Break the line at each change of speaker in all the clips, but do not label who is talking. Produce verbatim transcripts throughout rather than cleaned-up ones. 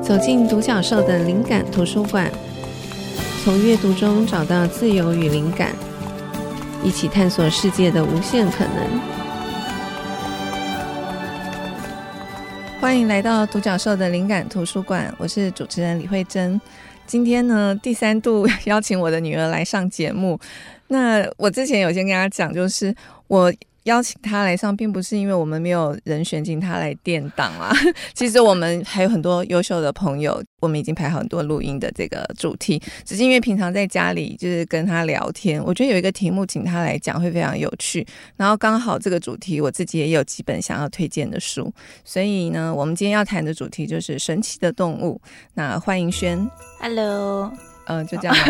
走进独角兽的灵感图书馆，从阅读中找到自由与灵感，一起探索世界的无限可能。欢迎来到独角兽的灵感图书馆，我是主持人李慧珍。今天呢，第三度邀请我的女儿来上节目。那我之前有先跟她讲，就是我邀请他来上并不是因为我们没有人选进他来垫档啦，其实我们还有很多优秀的朋友，我们已经排好很多录音的这个主题，只是因为平常在家里就是跟他聊天，我觉得有一个题目请他来讲会非常有趣，然后刚好这个主题我自己也有几本想要推荐的书，所以呢我们今天要谈的主题就是神奇的动物。那欢迎轩。
Hello。
嗯，就这样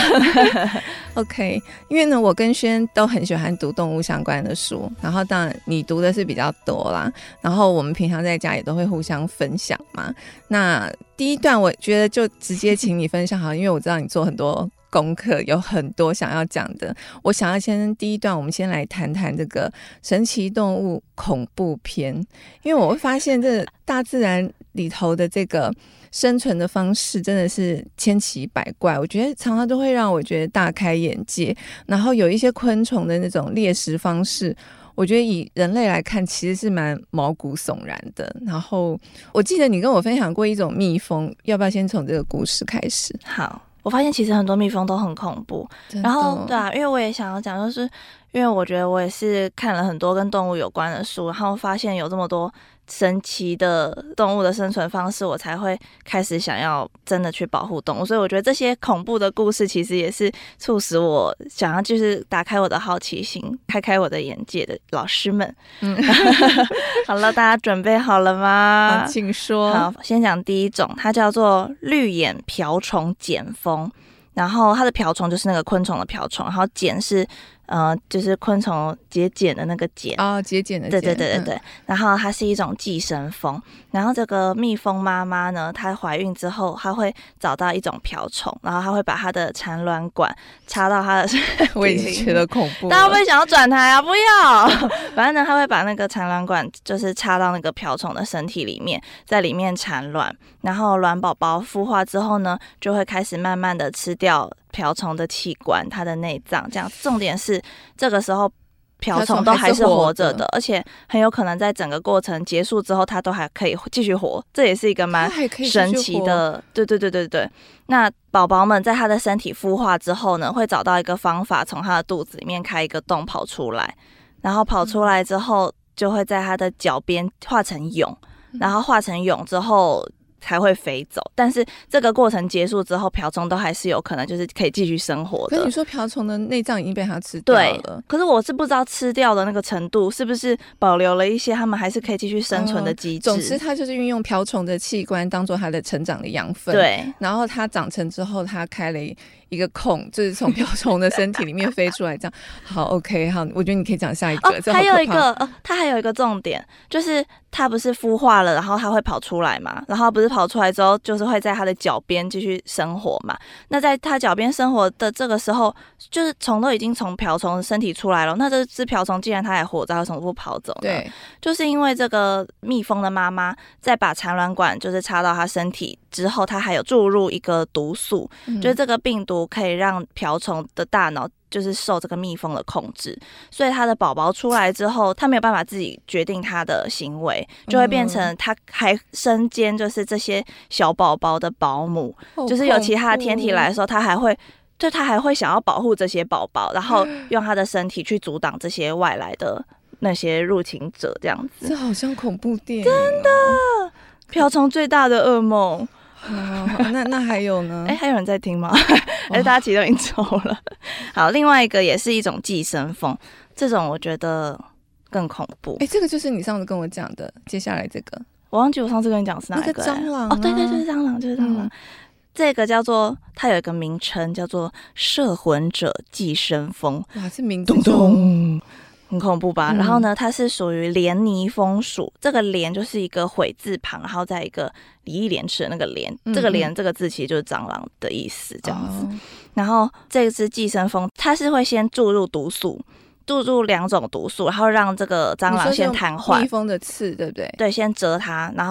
OK， 因为呢我跟轩都很喜欢读动物相关的书，然后当然你读的是比较多啦，然后我们平常在家也都会互相分享嘛。那第一段我觉得就直接请你分享好，因为我知道你做很多功课，有很多想要讲的。我想要先第一段我们先来谈谈这个神奇动物恐怖篇，因为我会发现这大自然里头的这个生存的方式真的是千奇百怪，我觉得常常都会让我觉得大开眼界，然后有一些昆虫的那种猎食方式，我觉得以人类来看其实是蛮毛骨悚然的。然后我记得你跟我分享过一种蜜蜂，要不要先从这个故事开始？
好，我发现其实很多蜜蜂都很恐怖，然后对啊，因为我也想要讲，就是因为我觉得我也是看了很多跟动物有关的书，然后发现有这么多神奇的动物的生存方式，我才会开始想要真的去保护动物。所以我觉得这些恐怖的故事其实也是促使我想要就是打开我的好奇心，开开我的眼界的老师们。嗯，好了，大家准备好了吗？
好，请说。
好，先讲第一种，它叫做绿眼瓢虫茧蜂。然后它的瓢虫就是那个昆虫的瓢虫，然后茧是呃，就是昆虫节俭的那个茧
哦，节俭的茧，
对对对对对、嗯。然后它是一种寄生蜂，然后这个蜜蜂妈妈呢，她怀孕之后，她会找到一种瓢虫，然后她会把她的产卵管插到她的身体里，
我已经觉得恐怖了，
大家会不会想要转台啊？不要，反正呢，她会把那个产卵管就是插到那个瓢虫的身体里面，在里面产卵，然后卵宝宝孵化之后呢，就会开始慢慢的吃掉瓢虫的器官，它的内脏，这样。重点是这个时候瓢虫都还是活着的，而且很有可能在整个过程结束之后，它都还可以继续活，这也是一个蛮神奇的。对对对对对。那宝宝们在它的身体孵化之后呢，会找到一个方法，从它的肚子里面开一个洞跑出来，然后跑出来之后，就会在它的脚边化成蛹，然后化成蛹之后才会飞走，但是这个过程结束之后，瓢虫都还是有可能就是可以继续生活的。
可是你说瓢虫的内脏已经被它吃掉了，
对，可是我是不知道吃掉的那个程度是不是保留了一些它们还是可以继续生存的机制、
嗯、总之它就是运用瓢虫的器官当做它的成长的养分，
对，然
后它长成之后它开了一个孔，就是从瓢虫的身体里面飞出来这样。好 OK 好，我觉得你可以讲下一个、
哦、还有一个、呃、它还有一个重点，就是它不是孵化了然后它会跑出来嘛，然后不是跑出来之后就是会在它的脚边继续生活嘛，那在它脚边生活的这个时候，就是虫都已经从瓢虫的身体出来了，那这只瓢虫既然它还活着，它为什么不跑走呢？
对，
就是因为这个蜜蜂的妈妈在把产卵管就是插到它身体之后，它还有注入一个毒素、嗯、就是这个病毒可以让瓢虫的大脑就是受这个蜜蜂的控制，所以它的宝宝出来之后，它没有办法自己决定它的行为，就会变成它还身兼就是这些小宝宝的保姆、嗯、就是有其他的天体来的时候，它还会就它还会想要保护这些宝宝，然后用它的身体去阻挡这些外来的那些入侵者，这样子。
这好像恐怖电影、哦、
真的，瓢虫最大的噩梦。
哦、那那还有呢？
哎、欸，还有人在听吗？哎、欸，大家其实都已经走了。好，另外一个也是一种寄生蜂，这种我觉得更恐怖。
哎、欸，这个就是你上次跟我讲的，接下来这个
我忘记我上次跟你讲是哪一个、欸？
那个蟑螂、啊、
哦，对对，就是蟑螂，就是蟑螂。嗯、这个叫做，它有一个名称叫做摄魂者寄生蜂。
哇，这名字
咚咚。很恐怖吧、嗯、然后呢它是属于连泥蜂属，这个连就是一个悔字旁，然后再一个礼义廉耻的那个廉、嗯、这个廉这个字其实就是蟑螂的意思这样子、哦、然后这只寄生蜂它是会先注入毒素，注入两种毒素，然后让这个蟑螂先瘫痪，
蜜蜂的刺对不对？
对，先蛰它，然后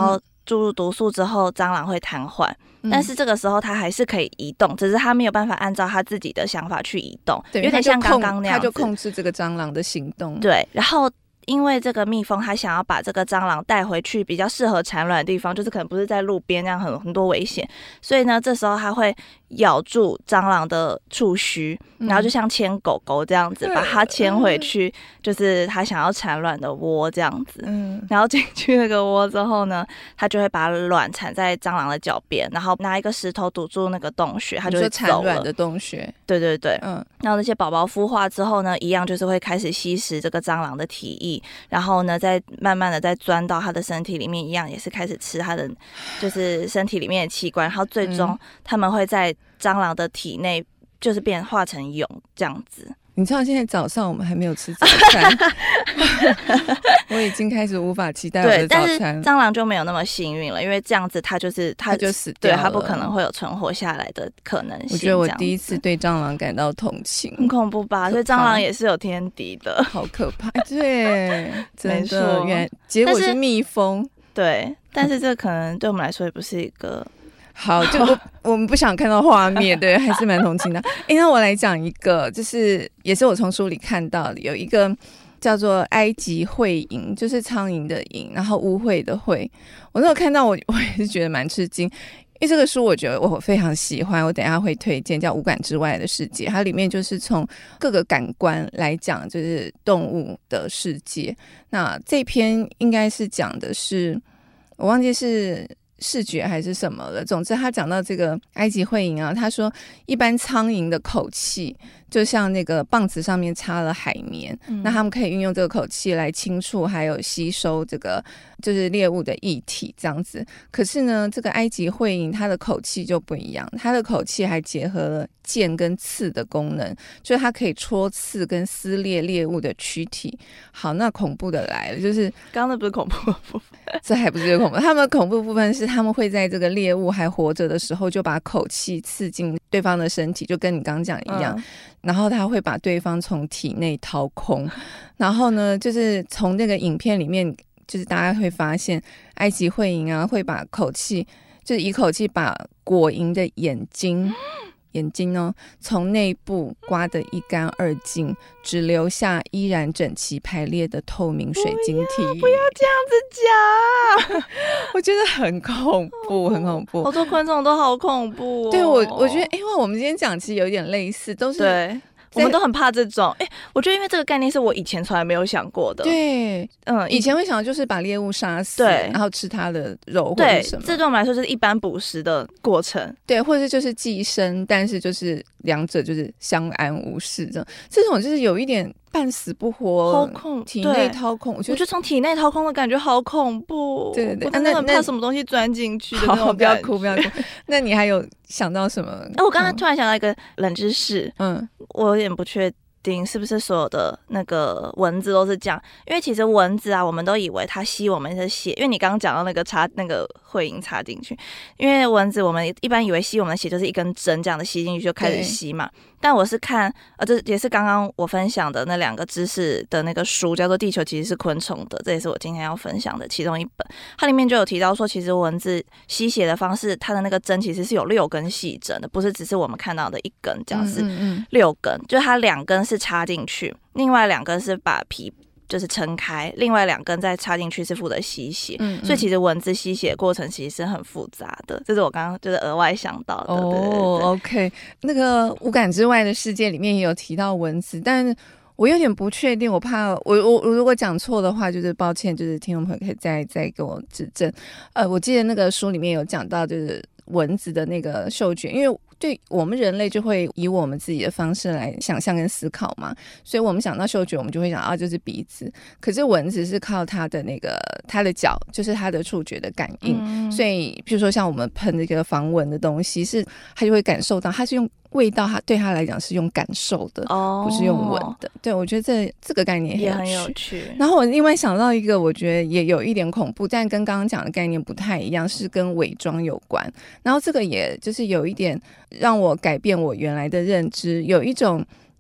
注入毒素之后，蟑螂会瘫痪。但是这个时候它还是可以移动，只是它没有办法按照它自己的想法去移动，有点像刚刚那样子，
它就控制这个蟑螂的行动。
对，然后因为这个蜜蜂它想要把这个蟑螂带回去比较适合产卵的地方，就是可能不是在路边这样很很多危险，所以呢这时候它会咬住蟑螂的触须，然后就像牵狗狗这样子、嗯、把它牵回去，就是它想要产卵的窝这样子、嗯、然后进去那个窝之后呢，它就会把卵产在蟑螂的脚边，然后拿一个石头堵住那个洞穴，它就会走了。
产卵的洞穴。
对对对，嗯，然后那些宝宝孵化之后呢，一样就是会开始吸食这个蟑螂的体液，然后呢再慢慢的再钻到它的身体里面，一样也是开始吃它的就是身体里面的器官，然后最终他们会在蟑螂的体内就是变化成蛹这样子。
你知道现在早上我们还没有吃早餐我已经开始无法期待我的早餐。
对，但是蟑螂就没有那么幸运了，因为这样子它就是它
就死掉了，
对，它不可能会有存活下来的可能性。
我觉得我第一次对蟑螂感到同情。
很恐怖吧？所以蟑螂也是有天敌的，
好可怕。对，真的，原来结果是蜜蜂。
对，但是这可能对我们来说也不是一个
好，就我我们不想看到画面，对，还是蛮同情的。哎，那我来讲一个，就是也是我从书里看到的，有一个叫做埃及会蝇，就是苍蝇的蝇，然后污秽的秽。我那时候看到我，我也是觉得蛮吃惊，因为这个书我觉得我非常喜欢，我等一下会推荐，叫《五感之外的世界》，它里面就是从各个感官来讲，就是动物的世界。那这篇应该是讲的是，我忘记是视觉还是什么了，总之他讲到这个埃及会蝇啊，他说一般苍蝇的口气就像那个棒子上面插了海绵、嗯、那他们可以运用这个口气来轻触还有吸收这个就是猎物的液体这样子。可是呢这个埃及会蝇它的口气就不一样，它的口气还结合了剑跟刺的功能，就是它可以戳刺跟撕裂猎物的躯体。好，那恐怖的来了，就是
刚刚那不是恐怖的部分
这还不是最恐怖，他们的恐怖部分是他们会在这个猎物还活着的时候就把口气刺进对方的身体，就跟你刚刚讲一样、嗯、然后他会把对方从体内掏空。然后呢就是从那个影片里面，就是大家会发现埃及会蝇啊会把口气就是一口气把果蝇的眼睛眼睛哦，从内部刮得一干二净，只留下依然整齐排列的透明水晶体。不要,
不要这样子讲
我觉得很恐怖很恐怖，
好多昆虫都好恐怖、哦、
对，我我觉得因为我们今天讲其实有点类似，都是
对我们都很怕这种，哎、欸，我觉得因为这个概念是我以前从来没有想过的。
对，嗯，以前会想到就是把猎物杀死，对，然后吃它的肉或者什么，
这对我们来说就是一般捕食的过程，
对，或者就是寄生，但是就是两者就是相安无事这种，这种就是有一点半死不活，
好恐，
体内掏空，我觉得
从体内掏空的感觉好恐怖，
对对对，
我真的很怕什么东西钻进去的那种感觉。
不要哭不要哭那你还有想到什么？
哎、我刚刚突然想到一个冷知识，嗯，我有点不确定是不是所有的那个蚊子都是这样，因为其实蚊子啊，我们都以为它吸我们的血，因为你刚刚讲到那个插那个会蝇插进去，因为蚊子我们一般以为吸我们的血就是一根针这样的吸进去就开始吸嘛。但我是看，呃，这也是刚刚我分享的那两个知识的那个书，叫做《地球其实是昆虫的》，这也是我今天要分享的其中一本。它里面就有提到说，其实蚊子吸血的方式，它的那个针其实是有六根细针的，不是只是我们看到的一根，这样是六根，嗯嗯嗯，就它两根是插进去，另外两根是把皮就是撑开，另外两根再插进去是负责吸血，嗯嗯，所以其实蚊子吸血的过程其实是很复杂的，这是我刚刚就是额外想到的。哦，对对对
，OK， 那个无感之外的世界里面也有提到蚊子，但是我有点不确定，我怕我我我如果讲错的话，就是抱歉，就是听众朋友可以再再给我指正。呃，我记得那个书里面有讲到，就是蚊子的那个嗅觉，因为对我们人类就会以我们自己的方式来想象跟思考嘛，所以我们想到嗅觉，我们就会想啊，就是鼻子。可是蚊子是靠它的那个它的脚，就是它的触觉的感应，嗯、所以比如说像我们喷这个防蚊的东西，是它就会感受到，它是用味道，它对它来讲是用感受的，哦、不是用闻的。对，我觉得这这个概念
也很有趣。
然后我另外想到一个，我觉得也有一点恐怖，但跟刚刚讲的概念不太一样，是跟伪装有关。然后这个也就是有一点让我改变我原来的认知，有一种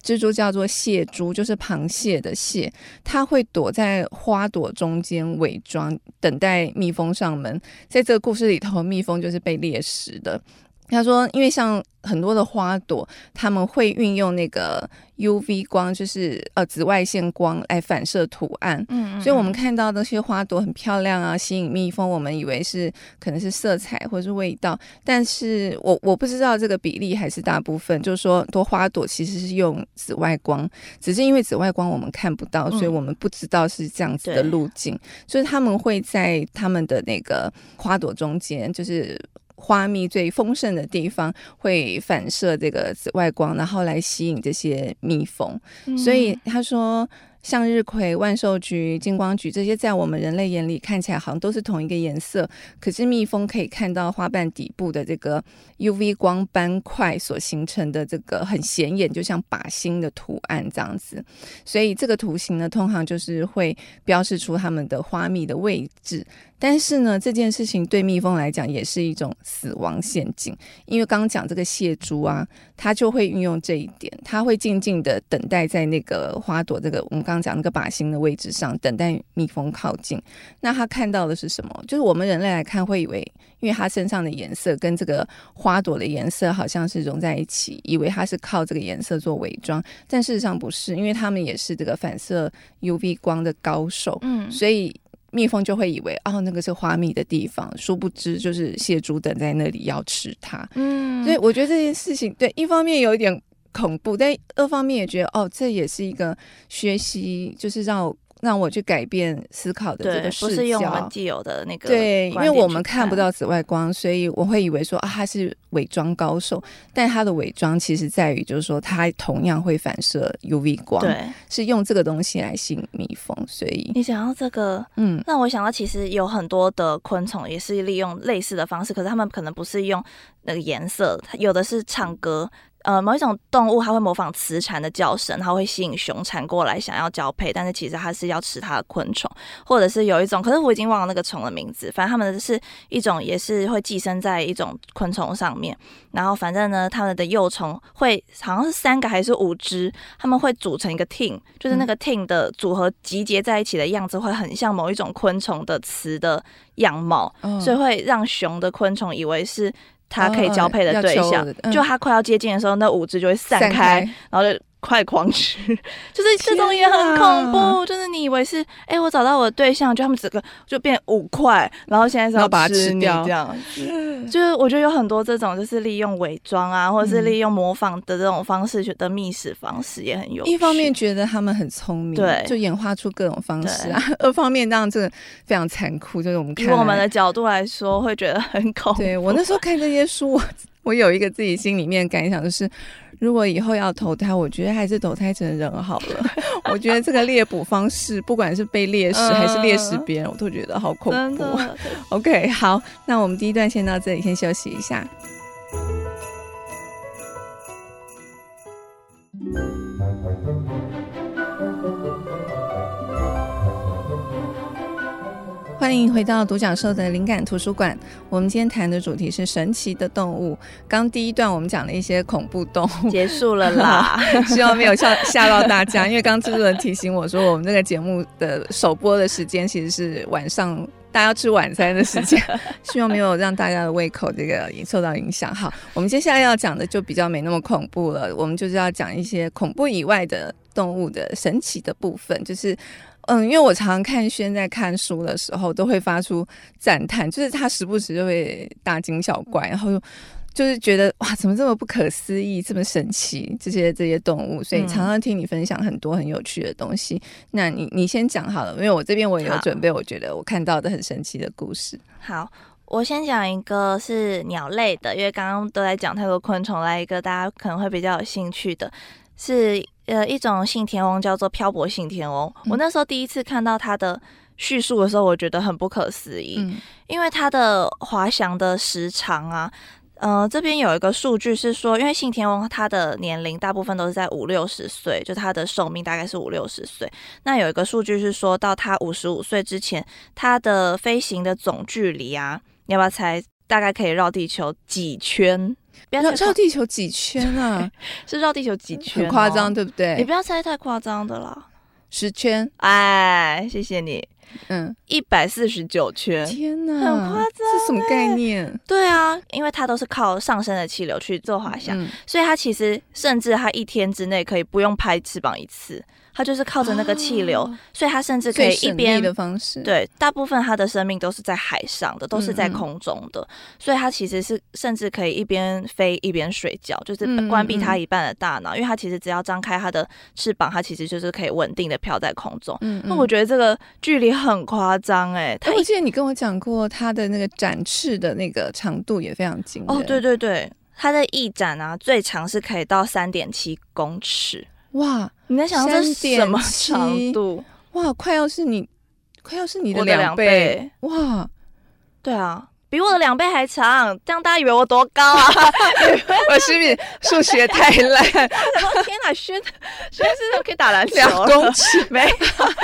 蜘蛛叫做蟹蛛，就是螃蟹的蟹，它会躲在花朵中间伪装，等待蜜蜂上门。在这个故事里头，蜜蜂就是被猎食的。他说因为像很多的花朵他们会运用那个 U V 光，就是呃紫外线光来反射图案，嗯嗯嗯，所以我们看到那些花朵很漂亮啊，吸引蜜蜂，我们以为是可能是色彩或是味道，但是我我不知道这个比例还是大部分，就是说很多花朵其实是用紫外光，只是因为紫外光我们看不到，所以我们不知道是这样子的路径，嗯，所以他们会在他们的那个花朵中间，就是花蜜最丰盛的地方会反射这个紫外光，然后来吸引这些蜜蜂，嗯，所以他说向日葵、万寿菊、金光菊这些在我们人类眼里看起来好像都是同一个颜色，可是蜜蜂可以看到花瓣底部的这个 U V 光斑块所形成的这个很显眼，就像靶心的图案这样子，所以这个图形呢通常就是会标示出它们的花蜜的位置。但是呢这件事情对蜜蜂来讲也是一种死亡陷阱，因为刚刚讲这个蟹蛛啊，它就会运用这一点，它会静静的等待在那个花朵这个我们刚刚讲那个靶心的位置上，等待蜜蜂靠近。那它看到的是什么？就是我们人类来看会以为因为它身上的颜色跟这个花朵的颜色好像是融在一起，以为它是靠这个颜色做伪装，但事实上不是，因为它们也是这个反射 U V 光的高手，嗯，所以蜜蜂就会以为哦那个是花蜜的地方，殊不知就是蟹蛛等在那里要吃它，嗯，所以我觉得这件事情对一方面有一点恐怖，但二方面也觉得哦这也是一个学习，就是让我让我去改变思考的这个视角，
不是用我们既有的那个
对，因为我们看不到紫外光，所以我会以为说啊他是伪装高手，但他的伪装其实在于就是说他同样会反射 U V 光，对，是用这个东西来吸引蜜蜂。所以
你想到这个，嗯，让我想到其实有很多的昆虫也是利用类似的方式，可是他们可能不是用那个颜色，有的是唱歌。呃，某一种动物它会模仿雌蝉的叫声，它会吸引雄蝉过来想要交配，但是其实它是要吃它的昆虫，或者是有一种，可是我已经忘了那个虫的名字，反正它们是一种也是会寄生在一种昆虫上面，然后反正呢它们的幼虫会好像是三个还是五只，它们会组成一个 team， 就是那个 team 的组合集结在一起的样子会很像某一种昆虫的雌的样貌，哦，所以会让雄的昆虫以为是他可以交配的对象，哦嗯，就他快要接近的时候，那五只就会散开，散开然后就快狂吃，就是这种也很恐怖。就是你以为是，哎、欸，我找到我的对象，就他们整个就变五块，然后现在是要把它吃掉，这样。就是我觉得有很多这种，就是利用伪装啊，或者是利用模仿的这种方式的觅食方式也很有趣。
一方面觉得他们很聪明，对，就演化出各种方式啊；二方面当然这个非常残酷，就是我们看
以我们的角度来说，会觉得很恐怖。
对，我那时候看这些书，我我有一个自己心里面感想，就是如果以后要投胎，我觉得还是投胎成人好了。我觉得这个猎捕方式，不管是被猎食还是猎食别人，我都觉得好恐怖。OK， 好，那我们第一段先到这里，先休息一下。欢迎回到独角兽的灵感图书馆。我们今天谈的主题是神奇的动物。刚第一段我们讲了一些恐怖动物，
结束了啦。
希望没有吓吓到大家，因为刚制作人提醒我说，我们这个节目的首播的时间其实是晚上，大家要吃晚餐的时间，希望没有让大家的胃口这个受到影响。好，我们接下来要讲的就比较没那么恐怖了，我们就是要讲一些恐怖以外的动物的神奇的部分，就是嗯，因为我常常看轩在看书的时候都会发出赞叹，就是他时不时就会大惊小怪，然后就是觉得哇，怎么这么不可思议，这么神奇，这些这些动物，所以常常听你分享很多很有趣的东西。嗯、那你你先讲好了，因为我这边我也有准备，我觉得我看到的很神奇的故事。
好，我先讲一个是鸟类的，因为刚刚都在讲太多昆虫，来一个大家可能会比较有兴趣的，是呃一种信天翁，叫做漂泊信天翁。嗯、我那时候第一次看到它的叙述的时候，我觉得很不可思议，嗯、因为它的滑翔的时长啊。呃，这边有一个数据是说，因为信天翁它的年龄大部分都是在五六十岁，就它的寿命大概是五六十岁。那有一个数据是说到它五十五岁之前，它的飞行的总距离啊，你要不要猜？大概可以绕地球几圈？
绕绕地球几圈啊？
是绕地球几圈、哦？
很夸张，对不对？
你不要猜太夸张的啦。
十圈。
哎，谢谢你。
嗯，
一百四十九圈，
天哪，
很夸张、欸，
这什么概念？
对啊，因为它都是靠上升的气流去做滑翔，嗯、所以它其实甚至它一天之内可以不用拍翅膀一次。它就是靠着那个气流、哦，所以它甚至可以一边
的方式。
对，大部分它的生命都是在海上的，都是在空中的，嗯嗯，所以它其实是甚至可以一边飞一边睡觉，就是关闭它一半的大脑，嗯嗯，因为它其实只要张开它的翅膀，它其实就是可以稳定的飘在空中。嗯，那、嗯、我觉得这个距离很夸张哎。
我记得你跟我讲过，它的那个展翅的那个长度也非常惊人。
哦，对对对，它的翼展啊，最长是可以到三点七公尺。
哇，
你能想象这是什么长度？
哇，快要是你，快要是你的两倍！哇，
对啊，比我的两倍还长，这样大家以为我多高啊？
我是不是数学太烂？
天哪，轩轩是可以打篮球
两公尺
没有？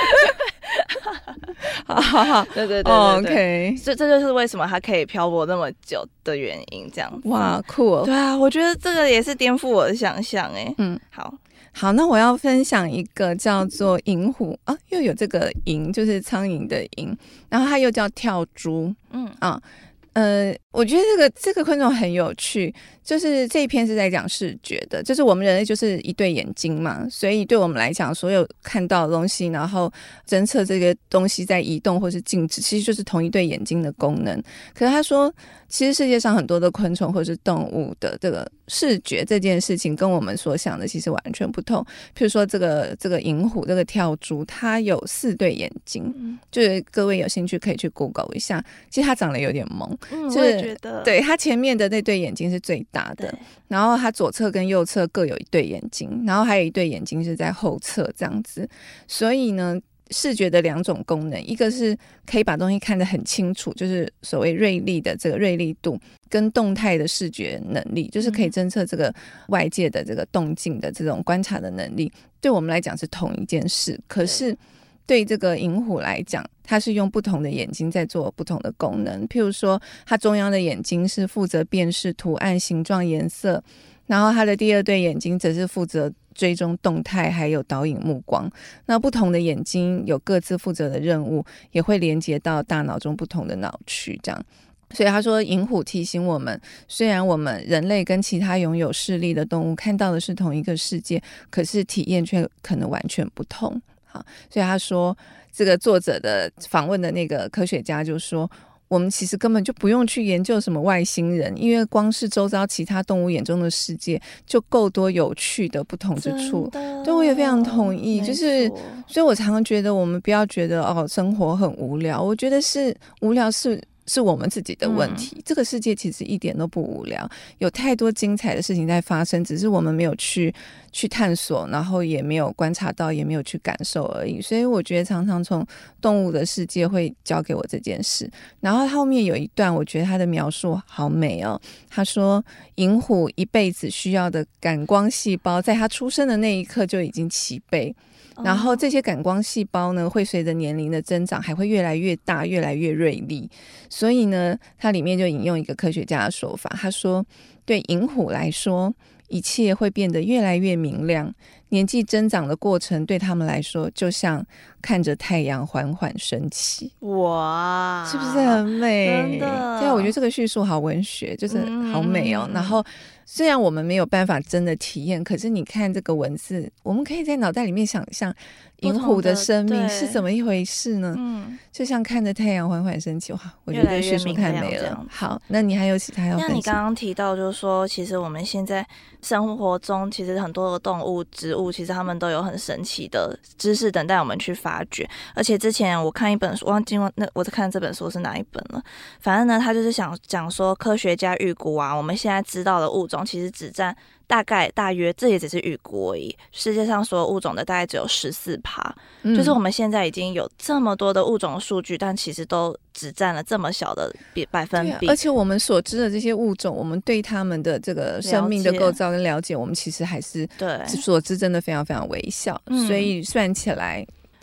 好好好，
对对对对
，OK，
所以这就是为什么它可以漂泊那么久的原因。这样子，
哇，酷哦！
对啊，我觉得这个也是颠覆我的想象哎。嗯，好。
好，那我要分享一个叫做银狐啊，又有这个银，就是苍蝇的蝇，然后它又叫跳蛛，嗯啊，呃，我觉得这个这个昆虫很有趣，就是这一篇是在讲视觉的，就是我们人类就是一对眼睛嘛，所以对我们来讲，所有看到的东西，然后侦测这个东西在移动或是静止，其实就是同一对眼睛的功能。可是他说，其实世界上很多的昆虫或是动物的这个视觉这件事情，跟我们所想的其实完全不同。譬如说，这个这个银狐，这个跳蛛，它有四对眼睛，嗯、就是各位有兴趣可以去 Google 一下。其实它长得有点萌，
嗯，
就是、
我也觉得，
对，它前面的那对眼睛是最大的，然后它左侧跟右侧各有一对眼睛，然后还有一对眼睛是在后侧这样子。所以呢，视觉的两种功能，一个是可以把东西看得很清楚，就是所谓锐利的这个锐利度，跟动态的视觉能力，就是可以侦测这个外界的这个动静的这种观察的能力，对我们来讲是同一件事。可是对这个银狐来讲，它是用不同的眼睛在做不同的功能。譬如说，它中央的眼睛是负责辨识图案、形状、颜色，然后它的第二对眼睛则是负责追踪动态还有导引目光。那不同的眼睛有各自负责的任务，也会连接到大脑中不同的脑区这样。所以他说，银狐提醒我们，虽然我们人类跟其他拥有视力的动物看到的是同一个世界，可是体验却可能完全不同。好，所以他说，这个作者的访问的那个科学家就说，我们其实根本就不用去研究什么外星人，因为光是周遭其他动物眼中的世界就够多有趣的不同之处。对，我也非常同意。就是所以我常常觉得我们不要觉得哦生活很无聊，我觉得是无聊是是我们自己的问题、嗯、这个世界其实一点都不无聊，有太多精彩的事情在发生，只是我们没有去去探索，然后也没有观察到，也没有去感受而已。所以我觉得常常从动物的世界会教给我这件事。然后后面有一段我觉得他的描述好美哦，他说银狐一辈子需要的感光细胞在他出生的那一刻就已经齐备，然后这些感光细胞呢会随着年龄的增长还会越来越大，越来越锐利。所以呢它里面就引用一个科学家的说法，他说对银狐来说一切会变得越来越明亮，年纪增长的过程对他们来说就像看着太阳缓缓升起。
哇，
是不是很美？
真的，
对，我觉得这个叙述好文学，就是好美哦、嗯、然后虽然我们没有办法真的体验，可是你看这个文字，我们可以在脑袋里面想象银狐的生命是怎么一回事呢？嗯，就像看着太阳缓缓升起。哇，我觉得这个叙述太美了。好，那你还有其他要分享？
像你刚刚提到就是说，其实我们现在生活中其实很多的动物植物，其实他们都有很神奇的知识等待我们去发掘。而且之前我看一本书，忘记那我在看这本书是哪一本了，反正呢他就是想讲说，科学家预估啊，我们现在知道的物种其实只占大概大约，这也只是预估而已，世界上所有物种的大概只有 百分之十四、嗯、就是我们现在已经有这么多的物种数据，但其实都只占了这么小的百分比、
啊、而且我们所知的这些物种，我们对他们的这个生命的构造跟了解，我们其实还是
对
所知真的非常非常微小、嗯、所以算起来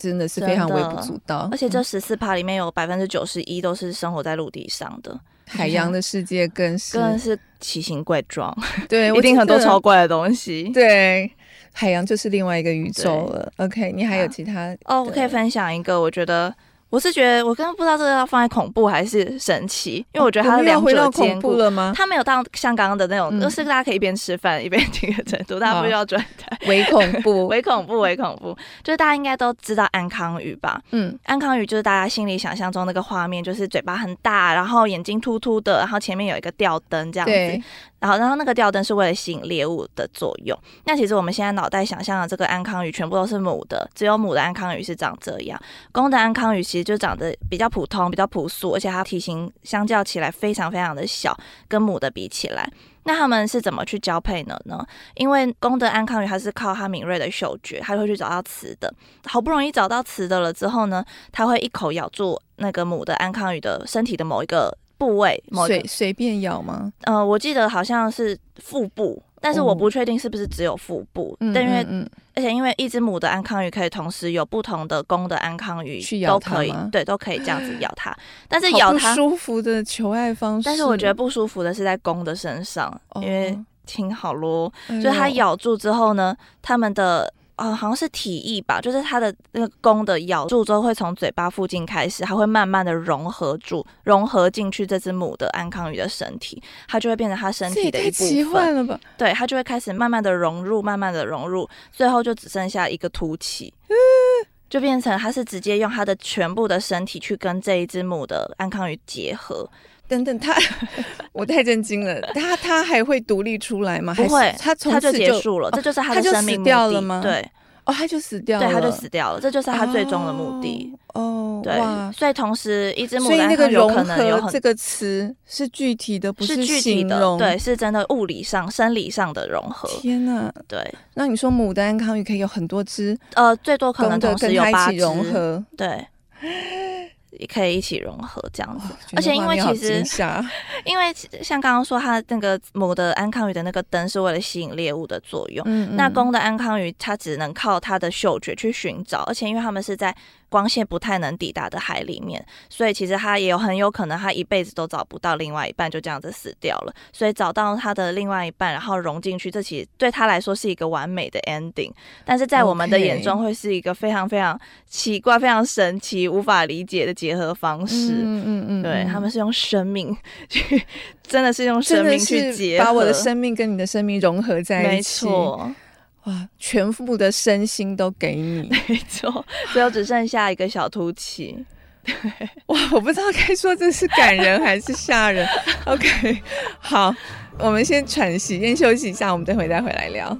真的是非常微不足道。
而且这十四趴里面有百分之九十一都是生活在陆地上的，
海洋的世界更是
更是奇形怪状，
对，
一定很多超怪的东西。
对，海洋就是另外一个宇宙了。OK， 你还有其他？
哦，我可以分享一个，我觉得。我是觉得，我刚刚不知道这个要放在恐怖还是神奇，因为我觉得它两者兼顾
了吗？
它没有到像刚刚的那种，就、嗯、是大家可以一边吃饭一边听的程度，大家不要转台。
微恐怖，
微恐怖，微恐怖，就是大家应该都知道安康鱼吧？嗯，安康鱼就是大家心里想象中那个画面，就是嘴巴很大，然后眼睛突突的，然后前面有一个吊灯这样子。然后，然后那个吊灯是为了吸引猎物的作用。那其实我们现在脑袋想象的这个安康鱼全部都是母的，只有母的安康鱼是长这样。公的安康鱼其实就长得比较普通、比较朴素，而且它体型相较起来非常非常的小，跟母的比起来。那他们是怎么去交配呢？呢？因为公的安康鱼它是靠它敏锐的嗅觉，它会去找到雌的。好不容易找到雌的了之后呢，它会一口咬住那个母的安康鱼的身体的某一个部位，
随随便咬吗？
呃，我记得好像是腹部，但是我不确定是不是只有腹部。嗯、但因为、嗯嗯，而且因为一只母的安康鱼可以同时有不同的公的安康鱼都可以，对，都可以这样子咬它。但是咬它
不舒服的求爱方式。
但是我觉得不舒服的是在公的身上，哦、因为听好咯，
哎、
就是它咬住之后呢，它们的。呃，好像是体液吧，就是它的那个公的咬住之后会从嘴巴附近开始，它会慢慢的融合住，融合进去这只母的安康鱼的身体，它就会变成它身体的一部分。
这也太奇幻了吧？
对，它就会开始慢慢的融入，慢慢的融入，最后就只剩下一个凸起。就变成它是直接用它的全部的身体去跟这一只母的安康鱼结合。
等等，他我太震惊了，他他还会独立出来吗？
不会，
他从
此就结束了，哦、这就是他的生命目的。
他就死掉了吗？
对，
哦，他就死掉了，
对，他就死掉了，这就是他最终的目的。
哦，
对，
哇，
所以同时一只母
所以那个
有
融
合
这个词是具体的，不
是具体的，对，是真的物理上、生理上的融合。
天哪，
对。
那你说母的安康鱼可以有很多只，
呃，最多可能同时有八只
融合，
对。也可以一起融合这样子，哦、而且因为其实，因为像刚刚说，它那个母的安康鱼的那个灯是为了吸引猎物的作用，嗯嗯，那公的安康鱼它只能靠它的嗅觉去寻找，而且因为它们是在光线不太能抵达的海里面，所以其实它也有很有可能它一辈子都找不到另外一半，就这样子死掉了。所以找到它的另外一半，然后融进去，这其实对它来说是一个完美的 ending， 但是在我们的眼中会是一个非常非常奇怪、非常神奇、无法理解的结合方式。嗯嗯嗯，对，他们是用生命去，真的是用生命去结合，
把我的生命跟你的生命融合在一起。
没错。
哇，全部的身心都给你，
没错，最后只剩下一个小凸起。
对，哇，我不知道该说这是感人还是吓人。OK， 好，我们先喘息，先休息一下，我们等会再回来聊。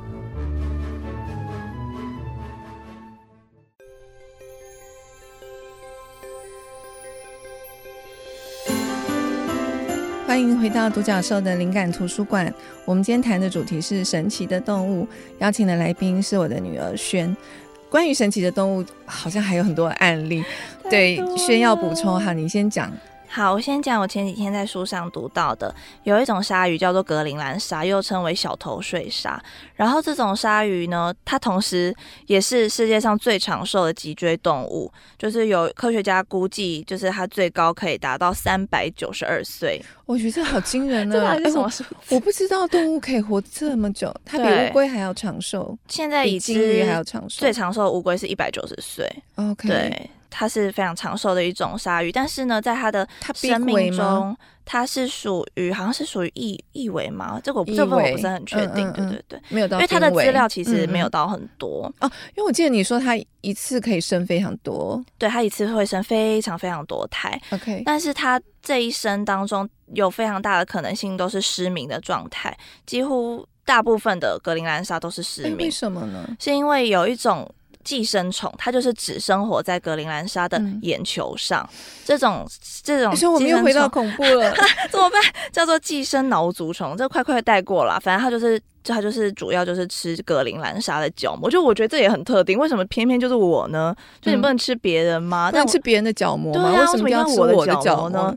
欢迎回到独角兽的灵感图书馆。我们今天谈的主题是神奇的动物，邀请的来宾是我的女儿萱。关于神奇的动物，好像还有很多案例。对，萱要补充，好，你先讲。
好，我先讲我前几天在书上读到的，有一种鲨鱼叫做格陵兰鲨，又称为小头水鲨。然后这种鲨鱼呢，它同时也是世界上最长寿的脊椎动物，就是有科学家估计，就是它最高可以达到三百九十二岁。
我觉得这好惊人呢、啊！
这是什么数字？
我, 我不知道动物可以活这么久，它比乌龟还要长寿。
现在已经
比鲸鱼还要长寿，
最长寿的乌龟是一百九十岁。
OK，
对。它是非常长寿的一种鲨鱼，但是呢，在它的生命中，它是属于好像是属于异异尾嘛，这个我这部分我不是很确定，嗯嗯嗯对对对，
没有到，
因为它的资料其实没有到很多、
嗯、哦，因为我记得你说它一次可以生非常多，
对，它一次会生非常非常多胎
，OK，
但是它这一生当中有非常大的可能性都是失明的状态，几乎大部分的格陵兰鲨都是失明，
为什么呢？
是因为有一种寄生虫，它就是只生活在格陵兰鲨的眼球上，嗯、这种这种寄生虫，
我们又回到恐怖了，
怎么办？叫做寄生挠足虫，这快快带过了。反正它就是，它就是主要就是吃格陵兰鲨的角膜。就我觉得这也很特定，为什么偏偏就是我呢？就你不能吃别人吗？
不能吃别人的角膜吗？
对啊，
为什么一定要吃我的角膜
呢？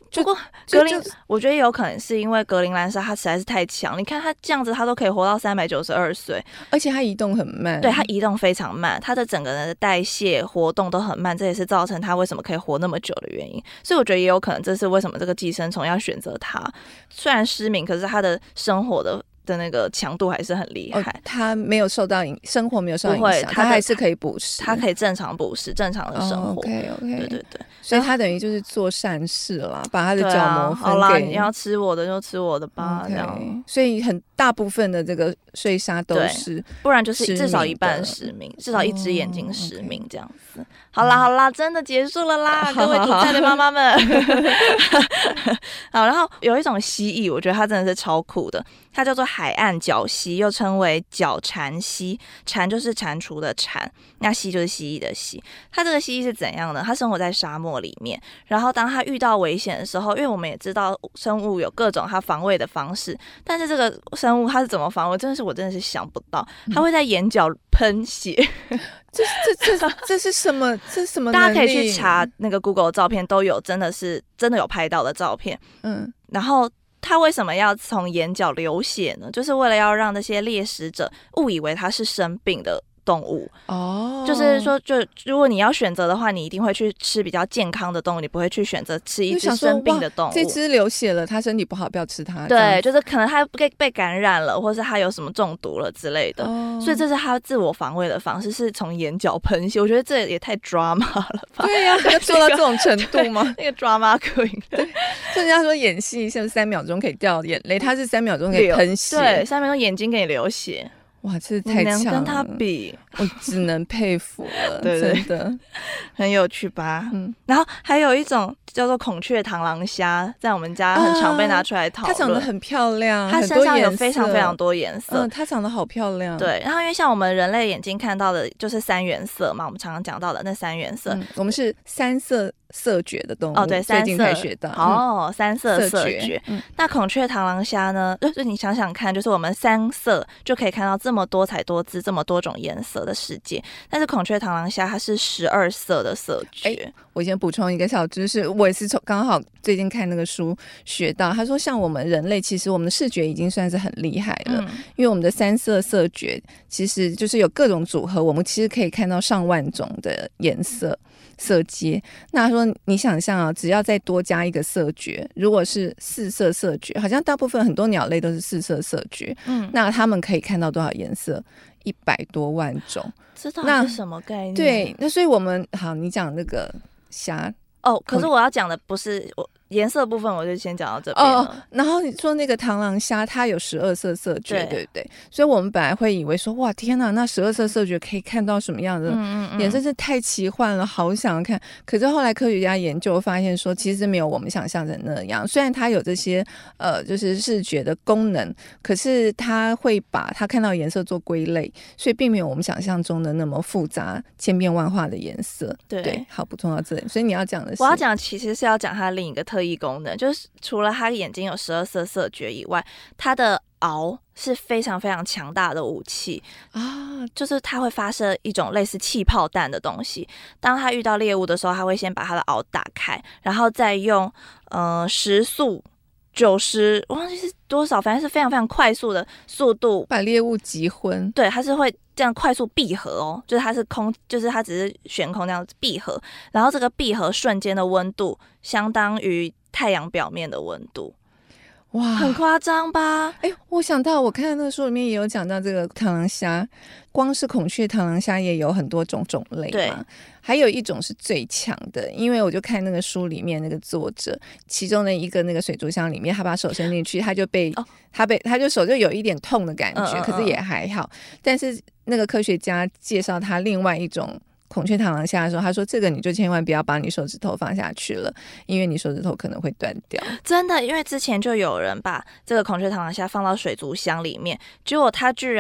不过格林，我觉得也有可能是因为格陵兰鲨它实在是太强，你看它这样子，它都可以活到三百九十二岁，
而且它移动很慢，
对，它移动非常慢，它的整个人的代谢活动都很慢，这也是造成它为什么可以活那么久的原因。所以我觉得也有可能这是为什么这个寄生虫要选择它。虽然失明，可是它的生活的。的那个强度还是很厉害，
哦、他没有受到影，生活没有受到影响，他还是可以捕食，
他可以正常捕食，正常的生活。
哦、OK OK，
对对对，
所以他等于就是做善事啦，把他的角膜分给、
啊、好啦，你要吃我的就吃我的吧，
okay,
这样。
所以很大部分的这个睡鲨都是，
不然就是至少一半失明，至少一只眼睛失明这样子。哦 okay. 好啦好啦，真的结束了啦，各位煮菜的妈妈们。好，然后有一种蜥蜴，我觉得它真的是超酷的，它叫做海岸角蜥，又称为角蟾蜥。蟾就是蟾蜍的蟾，那蜥就是蜥蜴的蜥。它这个蜥蜴是怎样呢？它生活在沙漠里面，然后当它遇到危险的时候，因为我们也知道生物有各种它防卫的方式，但是这个生物它是怎么防卫，真的是我真的是想不到，它会在眼角喷血。
这这这这是什么？这是什么？
大家可以去查那个 Google 的照片，都有真的是真的有拍到的照片。
嗯，
然后他为什么要从眼角流血呢？就是为了要让那些猎食者误以为他是生病的动物
哦，
就是说，就如果你要选择的话，你一定会去吃比较健康的动物，你不会去选择吃一只生病的动物。
这只流血了，它身体不好，不要吃它。
对，就是可能它被被感染了，或是它有什么中毒了之类的，
哦、
所以这是它自我防卫的方式，是从眼角喷血。我觉得这也太 drama 了吧？
对呀、啊，要做到这种程度吗？
那个 drama queen，
对，就人家说演戏是三秒钟可以掉眼泪，它是三秒钟可以喷血，
对，三秒钟眼睛给你流血。
哇，这是太强了！
能跟他比，
我只能佩服了，
对对
真的
很有趣吧？
嗯，
然后还有一种叫做孔雀螳螂虾，在我们家很常被拿出来讨论、
啊。它长得很漂亮，
它身上有非常非常多颜色。
嗯，它长得好漂亮。
对，然后因为像我们人类眼睛看到的就是三原色嘛，我们常常讲到的那三原色，
嗯、我们是三色色觉的动物。
哦，对，三色
最近才学到。
哦，
嗯、
三色色觉。
觉嗯、
那孔雀螳螂虾呢？就是你想想看，就是我们三色就可以看到这么多彩多姿、这么多种颜色的世界，但是孔雀螳螂虾它是十二色的色觉。
欸、我先补充一个小知识，我也是从刚好最近看那个书学到，他说像我们人类，其实我们的视觉已经算是很厉害了，嗯、因为我们的三色色觉其实就是有各种组合，我们其实可以看到上万种的颜色色阶。那他说你想象啊，只要再多加一个色觉，如果是四色色觉，好像大部分很多鸟类都是四色色觉，嗯，那他们可以看到多少颜色？一百多万种。
这到底是什么概念？
对，那所以我们好，你讲那个虾
哦，可是我要讲的不是我颜色部分，我就先讲到这边了。
哦，然后你说那个螳螂虾，它有十二色色觉，对不对？所以我们本来会以为说，哇，天哪，那十二色色觉可以看到什么样的颜色？是太奇幻了，好想要看。可是后来科学家研究发现说，其实没有我们想象的那样。虽然它有这些呃，就是视觉的功能，可是它会把它看到的颜色做归类，所以并没有我们想象中的那么复杂、千变万化的颜色。
对，
对好，补充到这里。所以你要讲的是，
我要讲其实是要讲它另一个特异功能，就是除了它眼睛有十二色色觉以外，它的螯是非常非常强大的武器啊，就是它会发射一种类似气泡弹的东西。当它遇到猎物的时候，它会先把它的螯打开，然后再用呃时速九十，我忘记是多少，反正是非常非常快速的速度
把猎物击昏。
对，它是会这样快速闭合哦，就是它是空，就是它只是悬空这样子闭合，然后这个闭合瞬间的温度相当于太阳表面的温度。哇，很夸张吧？
哎、欸，我想到我看到那个书里面也有讲到这个螳螂虾，光是孔雀螳螂虾也有很多种种类嘛。对，还有一种是最强的，因为我就看那个书里面那个作者，其中的一个那个水族箱里面，他把手伸进去，他就被、哦、他被他就手就有一点痛的感觉，嗯嗯嗯可是也还好。但是那个科学家介绍他另外一种孔雀螳螂虾的时候，他说这个你就千万不要把你手指头放下去了，因为你手指头可能会断掉。
真的，因为之前就有人把这个孔雀螳螂虾放到水族箱里面，结果他居然把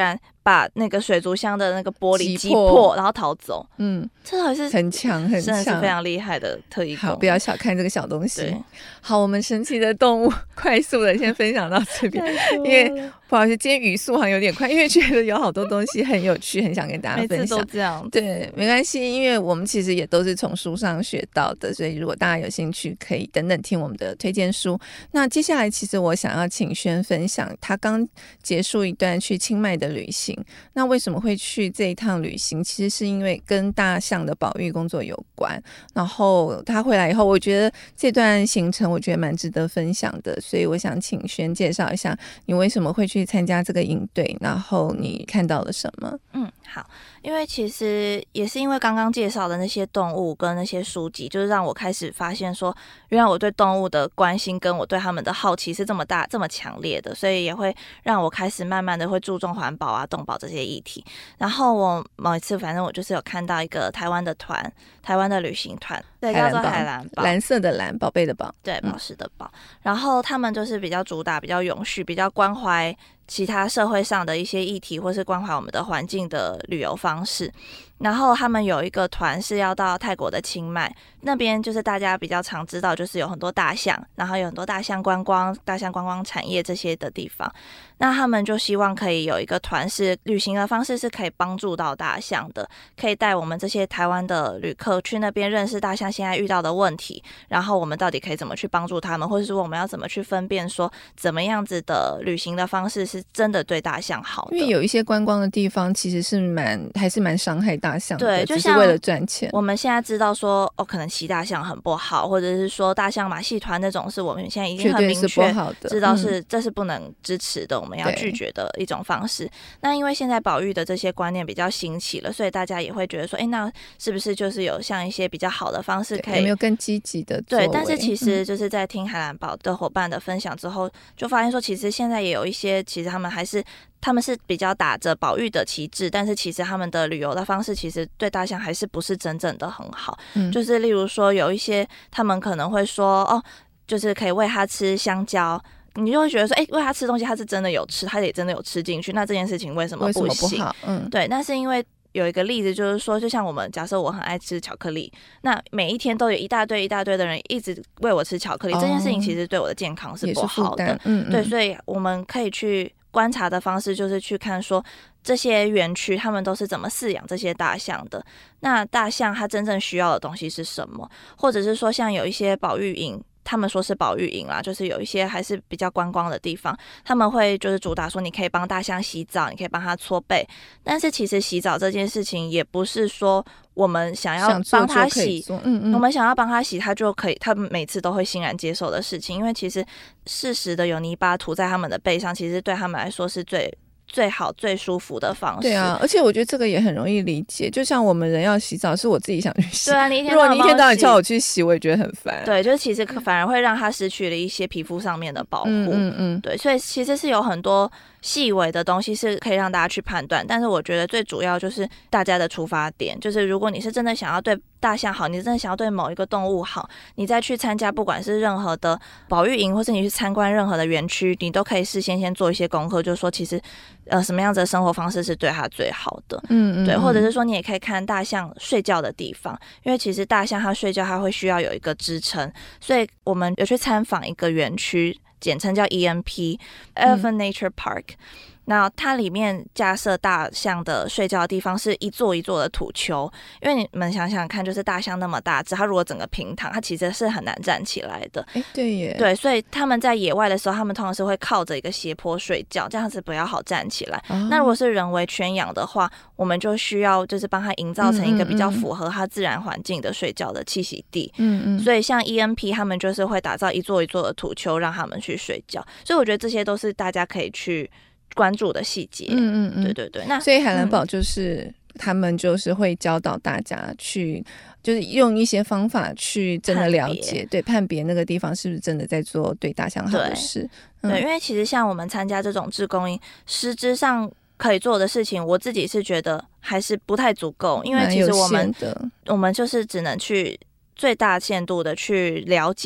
把那个水族箱的那个玻璃击
破，
破，然后逃走。
嗯，
这还是
很强很强，
真的是非常厉害的特异功能。
好，不要小看这个小东西。好，我们神奇的动物快速的先分享到这边，因为不好意思，今天语速好像有点快，因为觉得有好多东西很有趣，很想跟大家分享。
每次都这样，
对，没关系，因为我们其实也都是从书上学到的，所以如果大家有兴趣，可以等等听我们的推荐书。那接下来，其实我想要请轩分享，他刚结束一段去清迈的旅行。那为什么会去这一趟旅行？其实是因为跟大象的保育工作有关。然后他回来以后，我觉得这段行程我觉得蛮值得分享的，所以我想请轩介绍一下你为什么会去参加这个营队，然后你看到了什么？
嗯，好，因为其实也是因为刚刚介绍的那些动物跟那些书籍，就是让我开始发现说，原来我对动物的关心跟我对他们的好奇是这么大、这么强烈的，所以也会让我开始慢慢的会注重环保啊、动保这些议题。然后我某一次，反正我就是有看到一个台湾的团，台湾的旅行团，对，叫做海蓝宝，
蓝色的蓝，宝贝的宝，
对，宝石的宝。然后他们就是比较主打、比较永续、比较关怀其他社会上的一些议题，或是关怀我们的环境的旅游方式。然后他们有一个团是要到泰国的清迈那边，就是大家比较常知道，就是有很多大象，然后有很多大象观光、大象观光产业这些的地方。那他们就希望可以有一个团是旅行的方式是可以帮助到大象的，可以带我们这些台湾的旅客去那边认识大象现在遇到的问题，然后我们到底可以怎么去帮助他们，或者说我们要怎么去分辨说怎么样子的旅行的方式是真的对大象好的。
因为有一些观光的地方其实是蛮还是蛮伤害大象的，
对，就
像只是为了赚钱。
我们现在知道说哦，可能骑大象很不好，或者是说大象马戏团那种是我们现在已经很明确知道是、嗯、这是不能支持的，我们要拒绝的一种方式。那因为现在保育的这些观念比较兴起了，所以大家也会觉得说，哎，那是不是就是有像一些比较好的方式可以有
没有更积极的作
为？对，但是其实就是在听海蓝宝的伙伴的分享之后，就发现说，其实现在也有一些，其实他们还是。他们是比较打着保育的旗帜，但是其实他们的旅游的方式其实对大象还是不是真正的很好、嗯、就是例如说有一些他们可能会说哦，就是可以喂它吃香蕉，你就会觉得说哎，喂它吃东西它是真的有吃，它也真的有吃进去，那这件事情为什么不行？
为什么不好？嗯，
对，那是因为有一个例子就是说，就像我们假设我很爱吃巧克力，那每一天都有一大堆一大堆的人一直喂我吃巧克力、哦、这件事情其实对我的健康是不好的。
嗯嗯，
对，所以我们可以去观察的方式就是去看说这些园区他们都是怎么饲养这些大象的，那大象它真正需要的东西是什么，或者是说像有一些保育营，他们说是保育营啦，就是有一些还是比较观光的地方，他们会就是主打说你可以帮大象洗澡，你可以帮它搓背，但是其实洗澡这件事情也不是说我们想要帮他洗，
嗯嗯，
我们想要帮他洗，他就可以，他每次都会欣然接受的事情。因为其实适时的有泥巴涂在他们的背上，其实对他们来说是最最好最舒服的方式。
对啊，而且我觉得这个也很容易理解，就像我们人要洗澡是我自己想去洗，
对啊，你一天
如果你一天到晚叫我去洗，我也觉得很烦。
对，就是其实反而会让他失去了一些皮肤上面的保护。
嗯嗯嗯，
对，所以其实是有很多细微的东西是可以让大家去判断，但是我觉得最主要就是大家的出发点，就是如果你是真的想要对大象好，你真的想要对某一个动物好，你再去参加不管是任何的保育营，或是你去参观任何的园区，你都可以事先先做一些功课，就是说其实呃什么样子的生活方式是对它最好的。嗯嗯，对，或者是说你也可以看大象睡觉的地方，因为其实大象它睡觉它会需要有一个支撑，所以我们有去参访一个园区，简称叫 E M P Elephant Nature Park、嗯，那它里面架设大象的睡觉的地方是一座一座的土丘，因为你们想想看，就是大象那么大只，它如果整个平躺，它其实是很难站起来的。
哎，对耶，
对，所以他们在野外的时候，他们通常是会靠着一个斜坡睡觉，这样子比较好站起来。哦、那如果是人为圈养的话，我们就需要就是帮它营造成一个比较符合它自然环境的睡觉的栖息地。嗯嗯，所以像 E M P 他们就是会打造一座一座的土丘，让他们去睡觉。所以我觉得这些都是大家可以去关注的细节。嗯嗯嗯，对对对。那
所以海蓝宝就是、嗯、他们就是会教导大家去，就是用一些方法去真的了解，对，判别那个地方是不是真的在做对大象好的事。
对，嗯、对，因为其实像我们参加这种志工营，实质上可以做的事情，我自己是觉得还是不太足够，因为其实我们我们就是只能去最大限度的去了解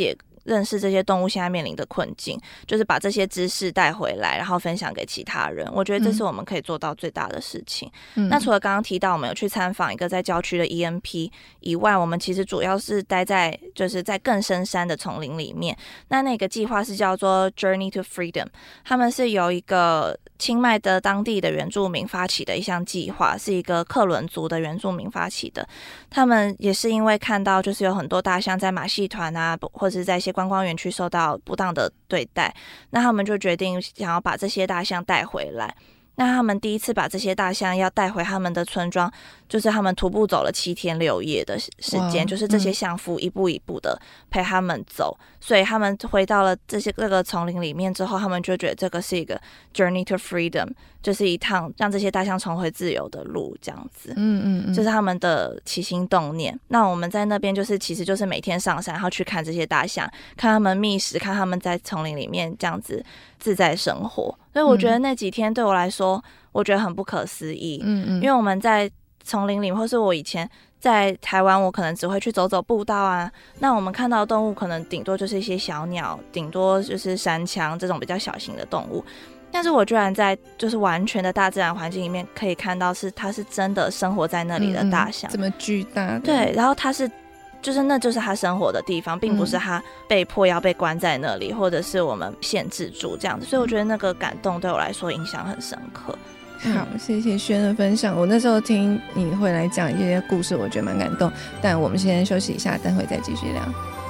认识这些动物现在面临的困境，就是把这些知识带回来，然后分享给其他人。我觉得这是我们可以做到最大的事情。嗯、那除了刚刚提到我们有去参访一个在郊区的 E M P 以外，我们其实主要是待在就是在更深山的丛林里面。那那个计划是叫做 Journey to Freedom， 他们是由一个清迈的当地的原住民发起的一项计划，是一个克伦族的原住民发起的。他们也是因为看到就是有很多大象在马戏团啊，或者是在一些观光园区受到不当的对待，那他们就决定想要把这些大象带回来。那他们第一次把这些大象要带回他们的村庄，就是他们徒步走了七天六夜的时间，就是这些象夫一步一步的陪他们走、嗯、所以他们回到了这些这个丛林里面之后，他们就觉得这个是一个 journey to freedom， 就是一趟让这些大象重回自由的路，这样子。嗯嗯嗯，这、就是他们的起心动念。那我们在那边就是其实就是每天上山，然后去看这些大象，看他们觅食，看他们在丛林里面这样子自在生活。所以我觉得那几天对我来说，我觉得很不可思议。嗯嗯，因为我们在丛林里，或是我以前在台湾，我可能只会去走走步道啊。那我们看到的动物，可能顶多就是一些小鸟，顶多就是山羌这种比较小型的动物。但是我居然在就是完全的大自然环境里面，可以看到是它是真的生活在那里的大象，
嗯、这么巨大。
对，然后它是。就是那就是他生活的地方，并不是他被迫要被关在那里、嗯、或者是我们限制住这样子，所以我觉得那个感动对我来说影响很深刻。
好，谢谢轩的分享。我那时候听你会来讲一些故事，我觉得蛮感动，但我们先休息一下，等会再继续聊。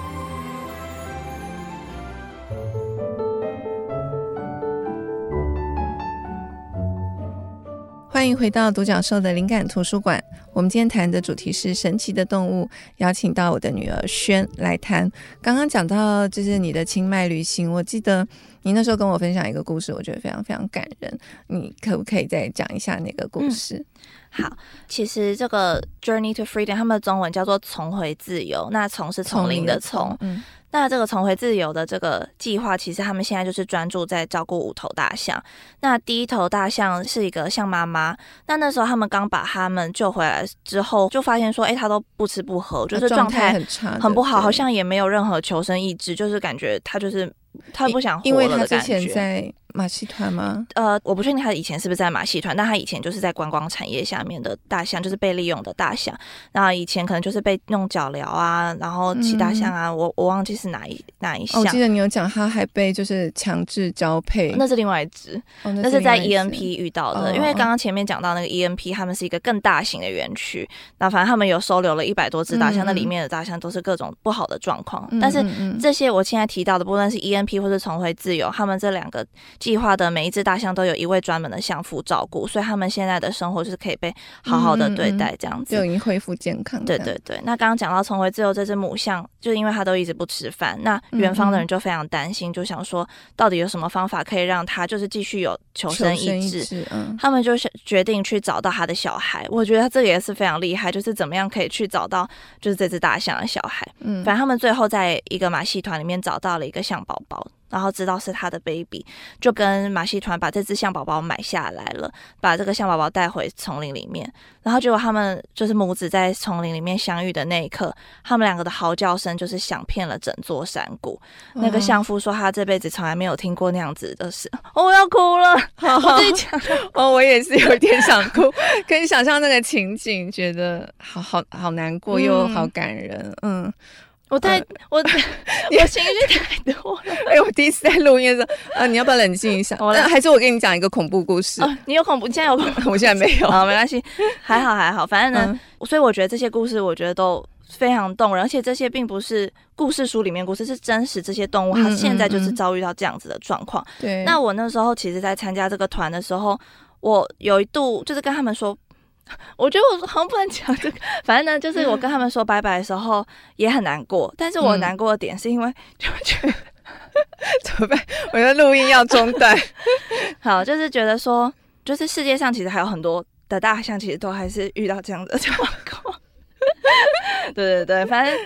欢迎回到独角兽的灵感图书馆。我们今天谈的主题是神奇的动物，邀请到我的女儿轩来谈。刚刚讲到就是你的清迈旅行，我记得你那时候跟我分享一个故事，我觉得非常非常感人。你可不可以再讲一下那个故事？嗯
好，其实这个 Journey to Freedom 他们的中文叫做重回自由，那从是丛林的丛，嗯，那这个重回自由的这个计划，其实他们现在就是专注在照顾五头大象。那第一头大象是一个象妈妈，那那时候他们刚把他们救回来之后，就发现说，哎，他都不吃不喝，就是状态很差，很不好，好像也没有任何求生意志，就是感觉他就是他不想活了的感觉。
因为他之前在马戏团吗？
呃，我不确定他以前是不是在马戏团，但他以前就是在观光产业下面的大象，就是被利用的大象。然后以前可能就是被弄脚镣啊，然后骑大象啊，嗯、我我忘记是哪一哪一项。
哦、我记得你有讲，他还被就是强制交配，
那是另外一只，哦、那是在 E N P 遇到的。哦、因为刚刚前面讲到那个 E N P， 他们是一个更大型的园区，那反正他们有收留了一百多只大象，嗯、那里面的大象都是各种不好的状况。嗯、但是这些我现在提到的，不论是 E N P 或是重回自由，他们这两个计划的每一只大象都有一位专门的象夫照顾，所以他们现在的生活就是可以被好好的对待，这样子
就已经恢复健康。
对对对。那刚刚讲到重回自由这只母象，就因为它都一直不吃饭，那园方的人就非常担心，嗯、就想说到底有什么方法可以让它就是继续有求生意志。嗯、他们就决定去找到他的小孩。我觉得这个也是非常厉害，就是怎么样可以去找到就是这只大象的小孩。嗯，反正他们最后在一个马戏团里面找到了一个象宝宝。然后知道是他的 baby， 就跟马戏团把这只象宝宝买下来了，把这个象宝宝带回丛林里面。然后结果他们就是母子在丛林里面相遇的那一刻，他们两个的嚎叫声就是响遍了整座山谷。那个象夫说他这辈子从来没有听过那样子的事，哦、我要哭了。我自己讲，
哦，我也是有点想哭，可以想象那个情景，觉得好好好难过又好感人，嗯。嗯
我太、呃、我我情绪太多了。
哎、欸，我第一次在录音的时候，呃，你要不要冷静一下？呃、还是我给你讲一个恐怖故事？
哦、你有恐怖？你现在有恐怖？
我现在没有。
好，没关系，还好还好。反正呢，嗯、所以我觉得这些故事，我觉得都非常动人，而且这些并不是故事书里面故事，是真实这些动物，它现在就是遭遇到这样子的状况。对、嗯嗯嗯。那我那时候其实，在参加这个团的时候，我有一度就是跟他们说。我觉得我好像不能讲这个，反正呢，就是我跟他们说拜拜的时候也很难过，但是我难过的点是因为就觉得
怎么办？我的录音要中断。
好，就是觉得说，就是世界上其实还有很多的大象，其实都还是遇到这样的状况。对对对，反正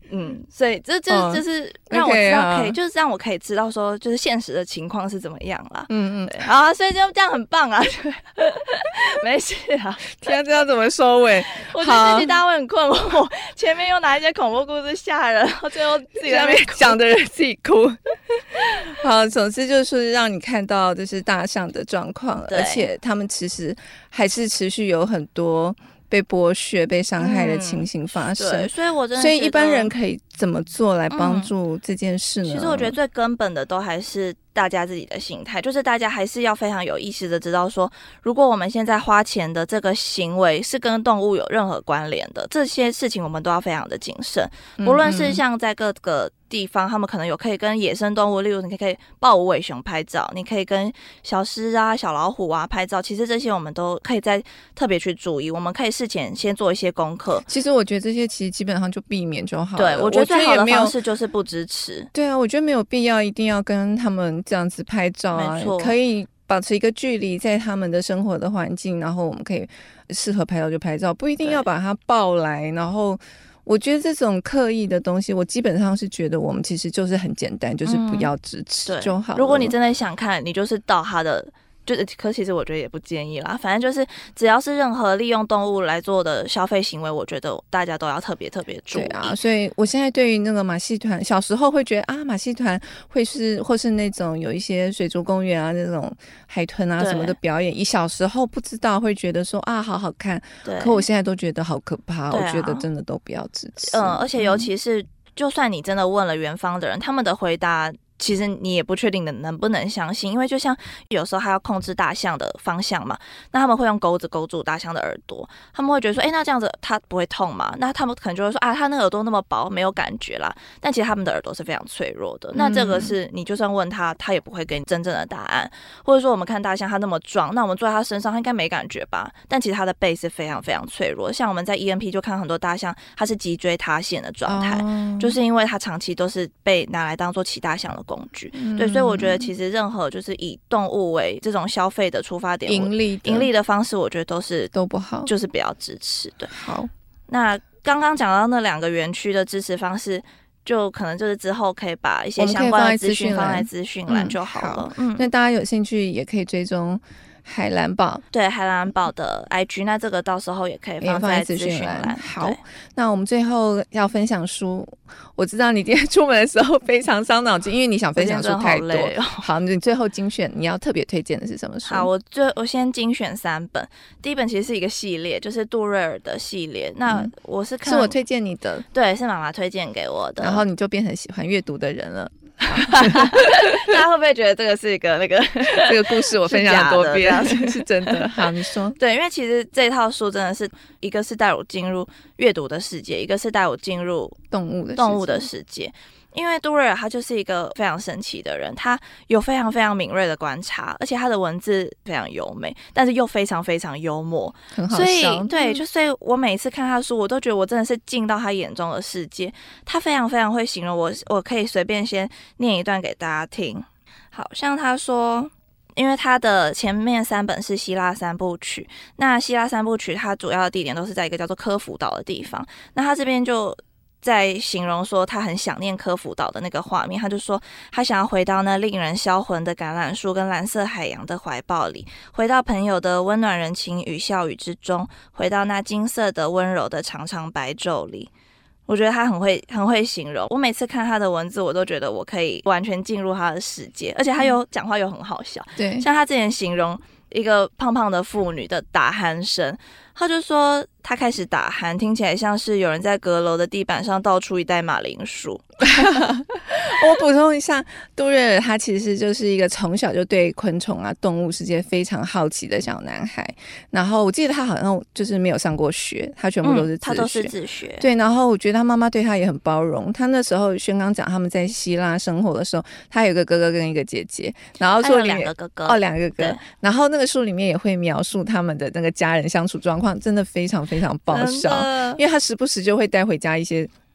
嗯，所以这这、
哦、
就是让我知道可以，
okay,
就是让我可以知道说，就是现实的情况是怎么样啦。
嗯嗯，
啊，所以就这样很棒啊，没事啊。
天啊，这要怎么收尾？
我觉得这集大家会很困惑，前面又拿一些恐怖故事吓人，然后最后自己在那边
讲的人自己哭。好，总之就是让你看到就是大象的状况，而且他们其实还是持续有很多被剥削、被伤害的情形发生。嗯、
对，所以我真的
所以一般人可以怎么做来帮助这件事呢？
嗯、其实我觉得最根本的都还是大家自己的心态，就是大家还是要非常有意识的知道说，如果我们现在花钱的这个行为是跟动物有任何关联的，这些事情我们都要非常的谨慎。不论是像在各个地方，他们可能有可以跟野生动物，例如你可以抱无尾熊拍照，你可以跟小狮啊、小老虎啊拍照，其实这些我们都可以再特别去注意，我们可以事前先做一些功课。
其实我觉得这些其实基本上就避免就好了。
对，我觉得最好的方式就是不支持。
对啊，我觉得没有必要一定要跟他们这样子拍照啊，
没错，
可以保持一个距离，在他们的生活的环境，然后我们可以适合拍照就拍照，不一定要把它抱来。然后我觉得这种刻意的东西，我基本上是觉得我们其实就是很简单，就是不要支持就好了、
嗯、如果你真的想看，你就是到他的就可其实我觉得也不建议啦，反正就是只要是任何利用动物来做的消费行为，我觉得大家都要特别特别注意。对
啊，所以我现在对于那个马戏团，小时候会觉得啊，马戏团会是或是那种有一些水族公园啊那种海豚啊什么的表演，以小时候不知道会觉得说啊好好看，可我现在都觉得好可怕、啊、我觉得真的都不要支持。
嗯，而且尤其是、嗯、就算你真的问了园方的人，他们的回答其实你也不确定的能不能相信，因为就像有时候还要控制大象的方向嘛，那他们会用钩子勾住大象的耳朵，他们会觉得说，哎、欸，那这样子它不会痛吗？那他们可能就会说啊，它那个耳朵那么薄，没有感觉啦。但其实他们的耳朵是非常脆弱的，那这个是你就算问他，他也不会给你真正的答案。或者说我们看大象它那么壮，那我们坐在它身上，它应该没感觉吧？但其实它的背是非常非常脆弱，像我们在 E N P 就看很多大象，它是脊椎塌陷的状态、哦，就是因为它长期都是被拿来当做骑大象的工具。嗯、对，所以我觉得其实任何就是以动物为这种消费的出发点，
盈利的
盈利的方式，我觉得都是
都不好，
就是不要支持。对，
好。
那刚刚讲到那两个园区的支持方式，就可能就是之后可以把一些相关的资讯放在资讯栏就好了。
嗯，那大家有兴趣也可以追踪海蓝宝，
对海蓝宝的 I G， 那这个到时候也可以放在资讯栏。
好，那我们最后要分享书，我知道你今天出门的时候非常伤脑筋，因为你想分享书太多。好，你最后精选你要特别推荐的是什么书？
好，我最我先精选三本，第一本其实是一个系列，就是杜瑞尔的系列。那我是看、
嗯、是我推荐你的，
对，是妈妈推荐给我的，
然后你就变成喜欢阅读的人了。
大家会不会觉得这个是一个那个
这个故事我分享了多遍是真的？好，你说。
对，因为其实这套书真的是一个是带我进入阅读的世界，一个是带我进入
动物的
动物的世界。因为杜瑞尔他就是一个非常神奇的人，他有非常非常敏锐的观察，而且他的文字非常优美，但是又非常非常幽默，
很好笑。
所以对，就所以我每一次看他的书，我都觉得我真的是进到他眼中的世界。他非常非常会形容我，我可以随便先念一段给大家听。好像他说，因为他的前面三本是希腊三部曲，那希腊三部曲它主要的地点都是在一个叫做科孚岛的地方，那他这边就在形容说他很想念科孚岛的那个画面，他就说他想要回到那令人销魂的橄榄树跟蓝色海洋的怀抱里，回到朋友的温暖人情与笑语之中，回到那金色的温柔的长长白昼里。我觉得他很会很会形容，我每次看他的文字，我都觉得我可以完全进入他的世界，而且他又讲话又很好笑。
对，
像他之前形容一个胖胖的妇女的打鼾声，他就说他开始打鼾，听起来像是有人在阁楼的地板上倒出一袋马铃薯。
我补充一下，杜瑞尔他其实就是一个从小就对昆虫啊动物世界非常好奇的小男孩，然后我记得他好像就是没有上过学，他全部都是自学、嗯、他
都是自学。
对，然后我觉得他妈妈对他也很包容，他那时候轩刚讲他们在希腊生活的时候，他有个哥哥跟一个姐姐，然后书里面
两个哥哥
哦两个哥哥，然后那个书里面也会描述他们的那个家人相处状况，真的非常非常爆笑，因为他时不时就会带回家一些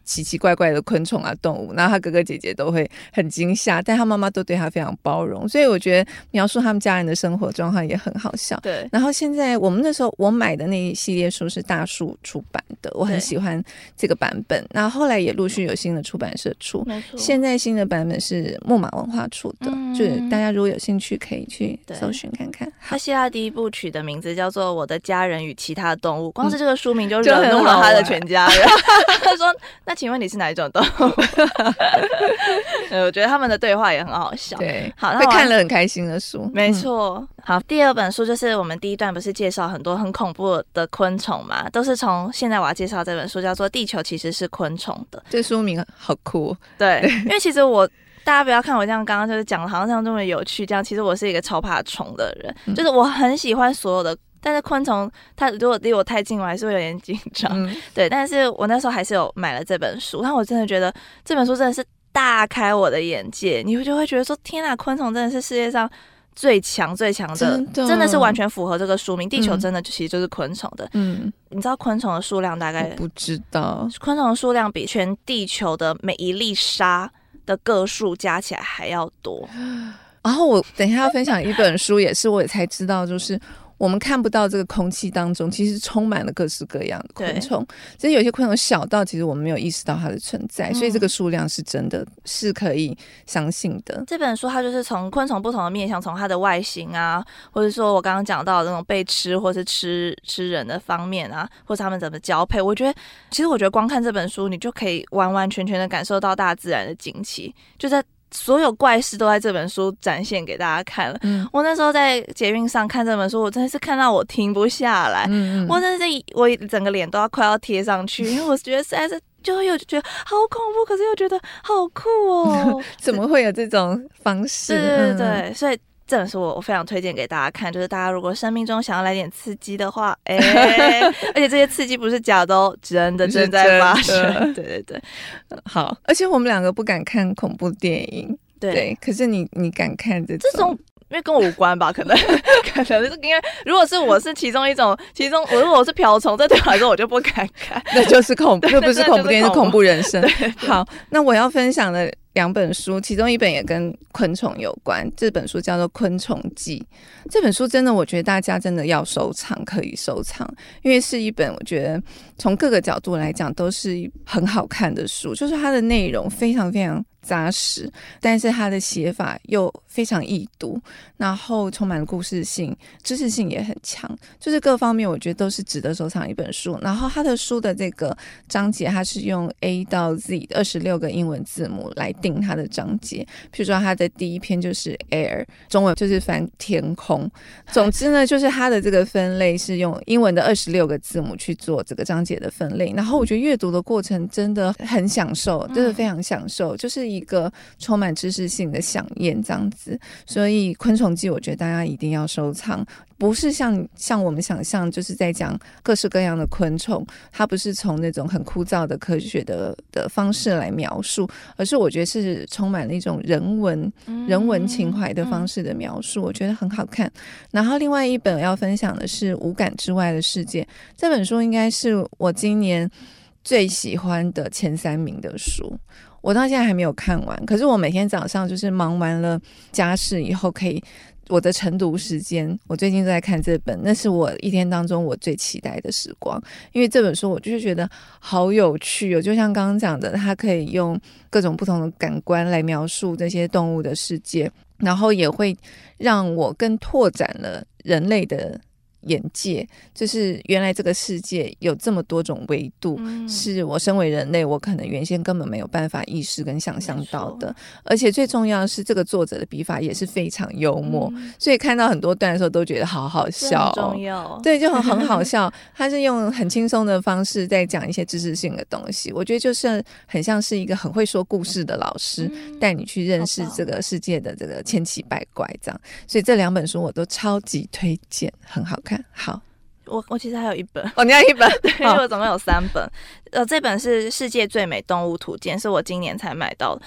奇奇怪怪的昆虫啊动物，然后他哥哥姐姐都会很惊吓，但他妈妈都对他非常包容，所以我觉得描述他们家人的生活状况也很好笑。
对，
然后现在我们那时候我买的那一系列书是大树出版的，我很喜欢这个版本，然后后来也陆续有新的出版社出，
没错，
现在新的版本是木马文化出的、嗯、就是大家如果有兴趣可以去搜寻看看。
他希腊第一部曲的名字叫做《我的家人与其他的动物》，光是这个书名就惹怒了他的全家人。他说：“那请问你是哪一种动物？”我觉得他们的对话也很好笑。
对，
好，
会看了很开心的书。
没错、嗯。好，第二本书就是我们第一段不是介绍很多很恐怖的昆虫嘛，都是从现在我要介绍这本书叫做《地球其实是昆虫的》。
这书名好酷。
对，对，因为其实我。大家不要看我这样，刚刚就是讲的好像这样这么有趣，这样其实我是一个超怕虫的人、嗯，就是我很喜欢所有的，但是昆虫它如果离我太近，我还是会有点紧张、嗯。对，但是我那时候还是有买了这本书，但我真的觉得这本书真的是大开我的眼界，你就会觉得说，天啊，昆虫真的是世界上最强最强的，真的，真的是完全符合这个书名。地球真的其实就是昆虫的。嗯，你知道昆虫的数量大概？
我不知道，
昆虫的数量比全地球的每一粒沙的个数加起来还要多。
然后我等一下要分享一本书，也是我也才知道，就是我们看不到这个空气当中其实充满了各式各样的昆虫，其实有些昆虫小到其实我们没有意识到它的存在、嗯、所以这个数量是真的是可以相信的。
这本书它就是从昆虫不同的面向，从它的外形啊，或者说我刚刚讲到的那种被吃或是吃吃人的方面啊，或是他们怎么交配，我觉得其实我觉得光看这本书你就可以完完全全的感受到大自然的惊奇，就在所有怪事都在这本书展现给大家看了、嗯、我那时候在捷运上看这本书，我真的是看到我停不下来、嗯、我真的是我整个脸都要快要贴上去，因为我觉得实在是就又觉得好恐怖，可是又觉得好酷哦
怎么会有这种方式？
对对对、嗯、所以这本书我非常推荐给大家看，就是大家如果生命中想要来点刺激的话，哎、欸，而且这些刺激不是假的哦，真的正在发生。对对对，
好，而且我们两个不敢看恐怖电影， 对， 对，可是你你敢看这种？
这种因为跟我无关吧，可能可能是因为如果是我是其中一种，其中我如果我是瓢虫，这对我来说我就不敢看，
那就是恐怖，又不是恐怖电影，是恐怖人生。好，那我要分享的两本书，其中一本也跟昆虫有关，这本书叫做《昆虫记》。这本书真的我觉得大家真的要收藏，可以收藏，因为是一本我觉得从各个角度来讲都是很好看的书，就是它的内容非常非常扎实，但是它的写法又非常易读，然后充满了故事性，知识性也很强，就是各方面我觉得都是值得收藏一本书。然后它的书的这个章节，它是用 A 到 Z 二十六个英文字母来定它的章节，譬如说它的第一篇就是 Air， 中文就是翻天空。总之呢，就是它的这个分类是用英文的二十六个字母去做这个章节的分类，然后我觉得阅读的过程真的很享受，真的非常享受，就是一个充满知识性的飨宴这样子。所以昆虫记我觉得大家一定要收藏，不是像像我们想象就是在讲各式各样的昆虫，它不是从那种很枯燥的科学的的方式来描述，而是我觉得是充满了一种人文、嗯、人文情怀的方式的描述、嗯、我觉得很好看。然后另外一本要分享的是《五感之外的世界》，这本书应该是我今年最喜欢的前三名的书，我到现在还没有看完，可是我每天早上就是忙完了家事以后，可以我的晨读时间，我最近都在看这本，那是我一天当中我最期待的时光。因为这本书我就是觉得好有趣哦，就像刚刚讲的，它可以用各种不同的感官来描述这些动物的世界，然后也会让我更拓展了人类的眼界，就是原来这个世界有这么多种维度、嗯、是我身为人类我可能原先根本没有办法意识跟想象到的。而且最重要的是这个作者的笔法也是非常幽默、嗯、所以看到很多段的时候都觉得好好笑、哦、
很重要，
对，就很很好笑他是用很轻松的方式在讲一些知识性的东西，我觉得就是很像是一个很会说故事的老师带、嗯、你去认识这个世界的这个千奇百怪这样。所以这两本书我都超级推荐，很好看。好，
我我其实还有一本
哦，你还有一本
对，因为我总共有三本。呃，这本是《世界最美动物图鉴》，是我今年才买到的。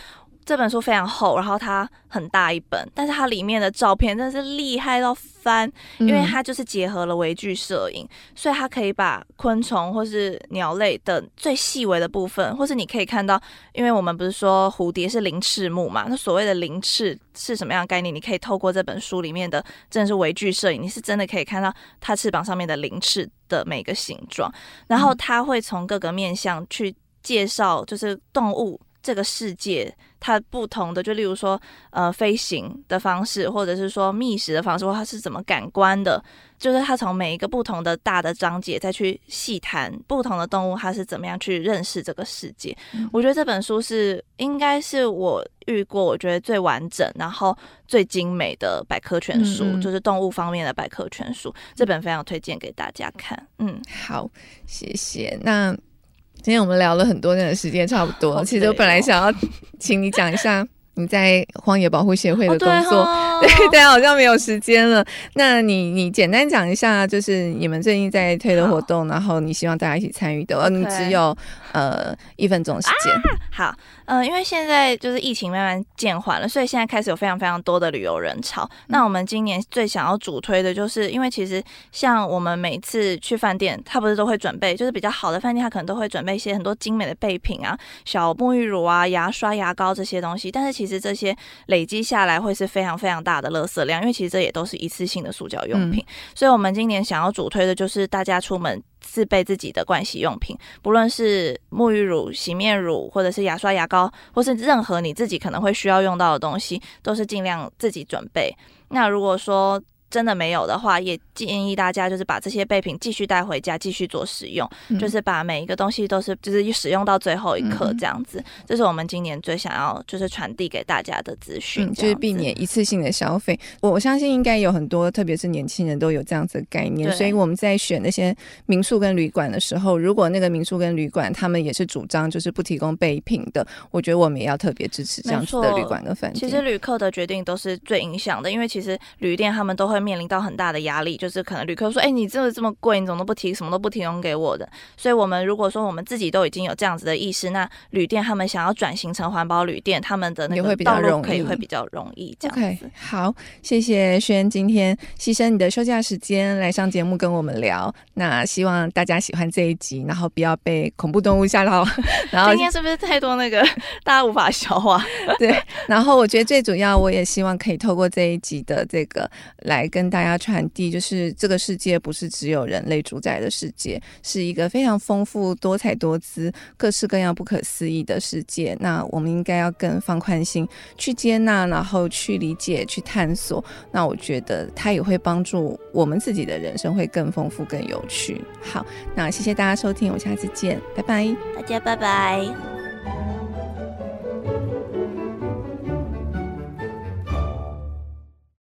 这本书非常厚，然后它很大一本，但是它里面的照片真的是厉害到翻，因为它就是结合了微距摄影，所以它可以把昆虫或是鸟类的最细微的部分，或是你可以看到，因为我们不是说蝴蝶是鳞翅目嘛，那所谓的鳞翅是什么样的概念？你可以透过这本书里面的真的是微距摄影，你是真的可以看到它翅膀上面的鳞翅的每个形状，然后它会从各个面向去介绍，就是动物这个世界它不同的，就例如说呃飞行的方式，或者是说觅食的方式，或它是怎么感官的，就是它从每一个不同的大的章节再去细谈不同的动物它是怎么样去认识这个世界、嗯、我觉得这本书是应该是我遇过我觉得最完整然后最精美的百科全书，嗯嗯就是动物方面的百科全书，这本非常推荐给大家看。嗯，
好，谢谢。那今天我们聊了很多，那个时间差不多、哦、其实我本来想要请你讲一下你在荒野保护协会的工作、哦、对, 哦、对好像没有时间了，那你你简单讲一下就是你们最近在推的活动，然后你希望大家一起参与的、okay. 你只有呃一分钟时间、啊、
好呃，因为现在就是疫情慢慢渐缓了，所以现在开始有非常非常多的旅游人潮、嗯、那我们今年最想要主推的就是因为其实像我们每次去饭店他不是都会准备，就是比较好的饭店他可能都会准备一些很多精美的备品啊，小沐浴乳啊牙刷牙膏这些东西，但是其实这些累积下来会是非常非常大的垃圾量，因为其实这也都是一次性的塑胶用品、嗯、所以我们今年想要主推的就是大家出门自备自己的盥洗用品，不论是沐浴乳、洗面乳或者是牙刷牙膏，或是任何你自己可能会需要用到的东西都是尽量自己准备。那如果说真的没有的话，也建议大家就是把这些备品继续带回家继续做使用、嗯、就是把每一个东西都是就是使用到最后一刻这样子、嗯、这是我们今年最想要就是传递给大家的资讯、嗯、
就是避免一次性的消费。我相信应该有很多特别是年轻人都有这样子的概念，所以我们在选那些民宿跟旅馆的时候，如果那个民宿跟旅馆他们也是主张就是不提供备品的，我觉得我们也要特别支持这样子的旅馆跟饭店。
其实旅客的决定都是最影响的，因为其实旅店他们都会面临到很大的压力，就是可能旅客说哎、欸，你这个这么贵，你怎么都不提什么都不提供给我的。所以我们如果说我们自己都已经有这样子的意识，那旅店他们想要转型成环保旅店，他们的那个道路可以会比较容易这样子。
OK， 好，谢谢轩今天牺牲你的休假时间来上节目跟我们聊，那希望大家喜欢这一集，然后不要被恐怖动物吓到然后
今天是不是太多那个大家无法消化
对，然后我觉得最主要我也希望可以透过这一集的这个来跟大家传递，就是这个世界不是只有人类主宰的世界，是一个非常丰富多彩多姿各式各样不可思议的世界，那我们应该要更放宽心去接纳，然后去理解去探索，那我觉得它也会帮助我们自己的人生会更丰富更有趣。好，那谢谢大家收听，我下次见，拜拜，
大家拜拜。